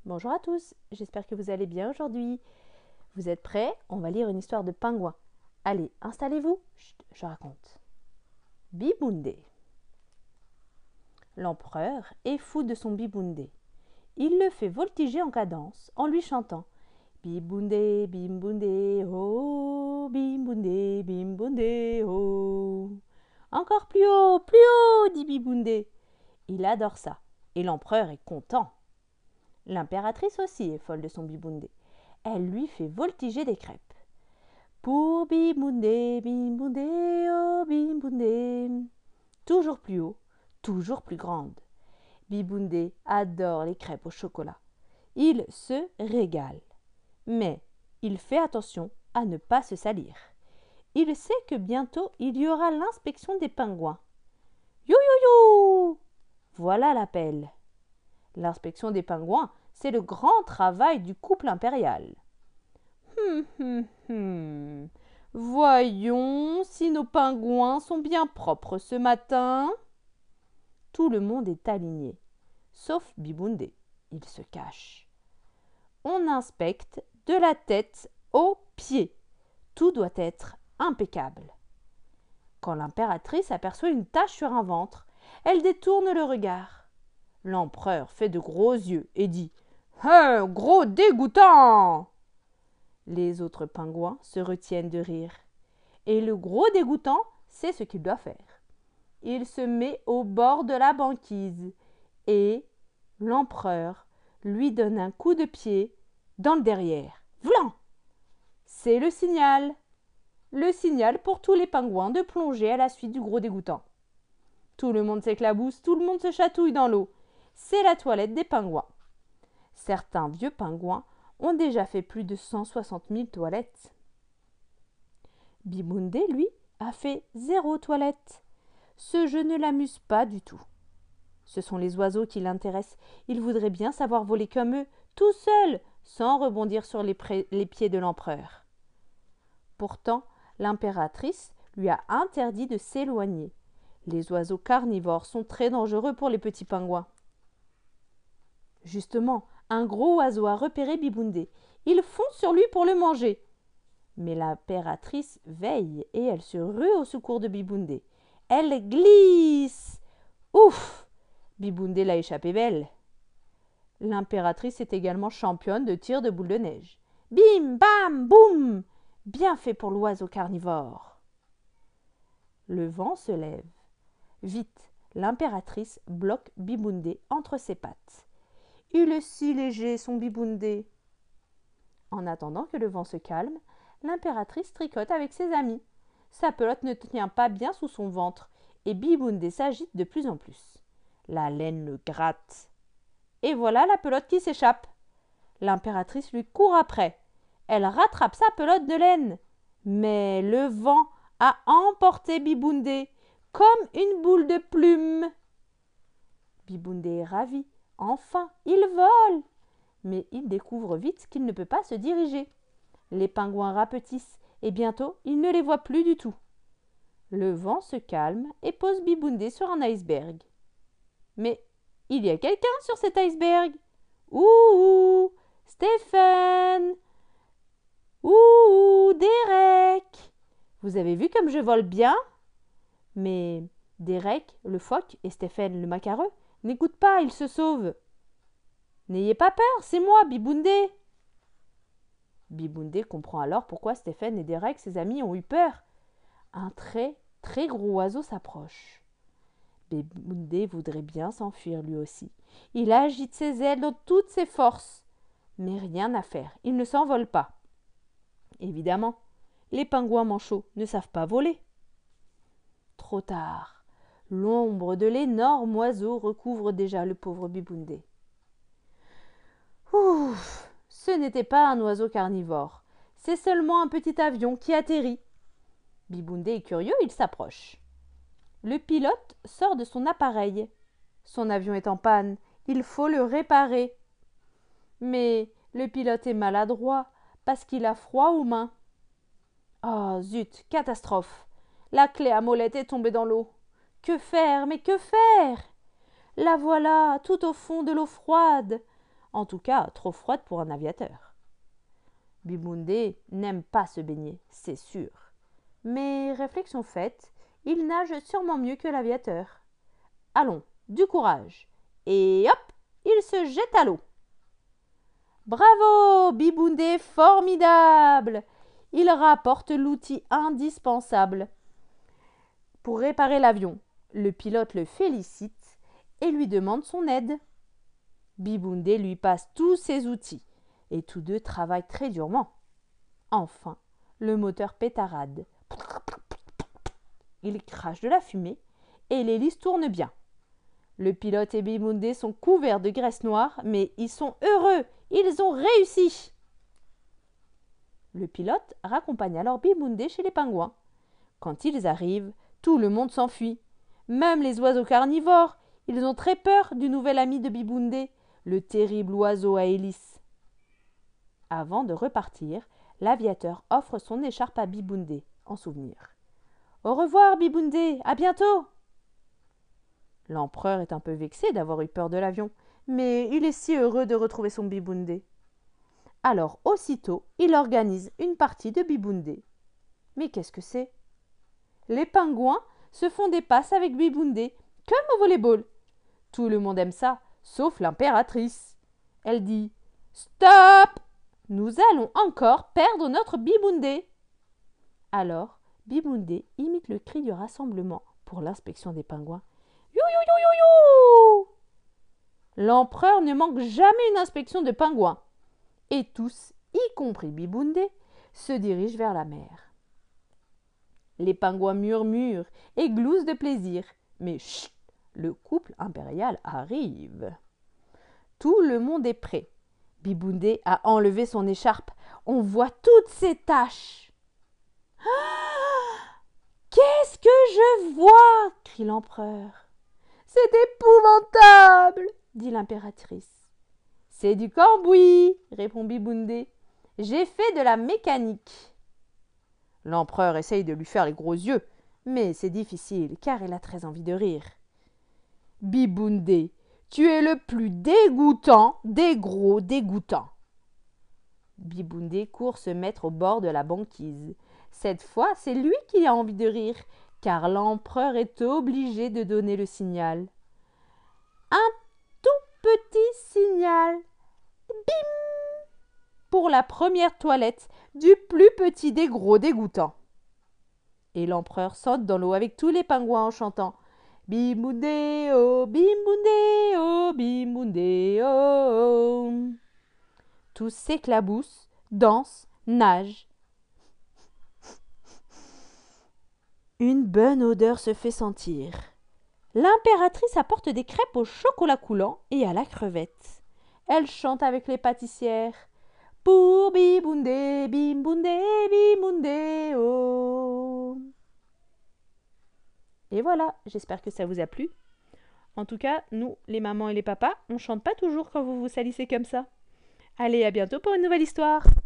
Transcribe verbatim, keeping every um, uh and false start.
Bonjour à tous, j'espère que vous allez bien aujourd'hui. Vous êtes prêts? On va lire une histoire de pingouin. Allez, installez-vous. Chut, je raconte. Bibundé. L'empereur est fou de son Bibundé. Il le fait voltiger en cadence en lui chantant Bibundé, Bibundé, oh, Bibundé, Bibundé, oh. Encore plus haut, plus haut, dit Bibundé. Il adore ça et l'empereur est content. L'impératrice aussi est folle de son Bibundé. Elle lui fait voltiger des crêpes. Pour Bibundé, Bibundé, oh Bibundé. Toujours plus haut, toujours plus grande. Bibundé adore les crêpes au chocolat. Il se régale. Mais il fait attention à ne pas se salir. Il sait que bientôt il y aura l'inspection des pingouins. You you you! Voilà l'appel. L'inspection des pingouins, c'est le grand travail du couple impérial. Hum, hum, hum. Voyons si nos pingouins sont bien propres ce matin. Tout le monde est aligné, sauf Bibundé. Il se cache. On inspecte de la tête aux pieds. Tout doit être impeccable. Quand l'impératrice aperçoit une tache sur un ventre, elle détourne le regard. L'empereur fait de gros yeux et dit « Hein, gros dégoûtant !» Les autres pingouins se retiennent de rire. Et le gros dégoûtant sait ce qu'il doit faire. Il se met au bord de la banquise et l'empereur lui donne un coup de pied dans le derrière. Vlan! C'est le signal. Le signal pour tous les pingouins de plonger à la suite du gros dégoûtant. Tout le monde s'éclabousse, tout le monde se chatouille dans l'eau. C'est la toilette des pingouins. Certains vieux pingouins ont déjà fait plus de cent soixante mille toilettes. Bibundé, lui, a fait zéro toilette. Ce jeu ne l'amuse pas du tout. Ce sont les oiseaux qui l'intéressent. Il voudrait bien savoir voler comme eux, tout seul, sans rebondir sur les, pré- les pieds de l'empereur. Pourtant, l'impératrice lui a interdit de s'éloigner. Les oiseaux carnivores sont très dangereux pour les petits pingouins. Justement, un gros oiseau a repéré Bibundé. Il fonce sur lui pour le manger. Mais l'impératrice veille et elle se rue au secours de Bibundé. Elle glisse. Ouf! Bibundé l'a échappé belle. L'impératrice est également championne de tir de boule de neige. Bim, bam, boum! Bien fait pour l'oiseau carnivore. Le vent se lève. Vite, l'impératrice bloque Bibundé entre ses pattes. Il est si léger, son Bibundé. En attendant que le vent se calme, l'impératrice tricote avec ses amis. Sa pelote ne tient pas bien sous son ventre et Bibundé s'agite de plus en plus. La laine le gratte. Et voilà la pelote qui s'échappe. L'impératrice lui court après. Elle rattrape sa pelote de laine. Mais le vent a emporté Bibundé comme une boule de plume. Bibundé est ravi. Enfin, il vole. Mais il découvre vite qu'il ne peut pas se diriger. Les pingouins rapetissent et bientôt il ne les voit plus du tout. Le vent se calme et pose Bibundé sur un iceberg. Mais il y a quelqu'un sur cet iceberg. Ouh, Stéphane. Ouh, Derek. Vous avez vu comme je vole bien? Mais Derek, le phoque, et Stéphane, le macareux, n'écoutent pas, ils se sauvent. N'ayez pas peur, c'est moi, Bibundé. Bibundé comprend alors pourquoi Stéphane et Derek, ses amis, ont eu peur. Un très, très gros oiseau s'approche. Bibundé voudrait bien s'enfuir lui aussi. Il agite ses ailes dans toutes ses forces. Mais rien à faire, il ne s'envole pas. Évidemment, les pingouins manchots ne savent pas voler. Trop tard. L'ombre de l'énorme oiseau recouvre déjà le pauvre Bibundé. Ouf! Ce n'était pas un oiseau carnivore. C'est seulement un petit avion qui atterrit. Bibundé est curieux, il s'approche. Le pilote sort de son appareil. Son avion est en panne. Il faut le réparer. Mais le pilote est maladroit parce qu'il a froid aux mains. Oh zut, catastrophe! La clé à molette est tombée dans l'eau. Que faire? Mais que faire? La voilà, tout au fond de l'eau froide. En tout cas, trop froide pour un aviateur. Bibundé n'aime pas se baigner, c'est sûr. Mais réflexion faite, il nage sûrement mieux que l'aviateur. Allons, du courage. Et hop, il se jette à l'eau. Bravo, Bibundé, formidable! Il rapporte l'outil indispensable pour réparer l'avion. Le pilote le félicite et lui demande son aide. Bibundé lui passe tous ses outils et tous deux travaillent très durement. Enfin, le moteur pétarade. Il crache de la fumée et l'hélice tourne bien. Le pilote et Bibundé sont couverts de graisse noire, mais ils sont heureux, ils ont réussi. Le pilote raccompagne alors Bibundé chez les pingouins. Quand ils arrivent, tout le monde s'enfuit. Même les oiseaux carnivores, ils ont très peur du nouvel ami de Bibundé, le terrible oiseau à hélice. Avant de repartir, l'aviateur offre son écharpe à Bibundé en souvenir. Au revoir Bibundé, à bientôt. L'empereur est un peu vexé d'avoir eu peur de l'avion, mais il est si heureux de retrouver son Bibundé. Alors aussitôt, il organise une partie de Bibundé. Mais qu'est-ce que c'est? Les pingouins se font des passes avec Bibundé, comme au volleyball. Tout le monde aime ça, sauf l'impératrice. Elle dit « Stop! Nous allons encore perdre notre Bibundé !» Alors, Bibundé imite le cri du rassemblement pour l'inspection des pingouins. « You, you, you, you, you !» L'empereur ne manque jamais une inspection de pingouins. Et tous, y compris Bibundé, se dirigent vers la mer. Les pingouins murmurent et gloussent de plaisir. Mais chut, le couple impérial arrive. Tout le monde est prêt. Bibundé a enlevé son écharpe. On voit toutes ses taches. Ah, qu'est-ce que je vois? Crie l'empereur. C'est épouvantable, dit l'impératrice. C'est du cambouis, répond Bibundé. J'ai fait de la mécanique. L'empereur essaye de lui faire les gros yeux, mais c'est difficile car il a très envie de rire. Bibundé, tu es le plus dégoûtant des gros dégoûtants. Bibundé court se mettre au bord de la banquise. Cette fois, c'est lui qui a envie de rire, car l'empereur est obligé de donner le signal. Un tout petit signal. Bim! Pour la première toilette du plus petit des gros dégoûtants. Et l'empereur saute dans l'eau avec tous les pingouins en chantant Bibundé, oh, Bibundé, oh, Bibundé, oh. Tous s'éclaboussent, dansent, nagent. Une bonne odeur se fait sentir. L'impératrice apporte des crêpes au chocolat coulant et à la crevette. Elle chante avec les pâtissières. Pour Bibundé, Bibundé, Bibundé, oh. Et voilà, j'espère que ça vous a plu. En tout cas, nous, les mamans et les papas, on chante pas toujours quand vous vous salissez comme ça. Allez, à bientôt pour une nouvelle histoire.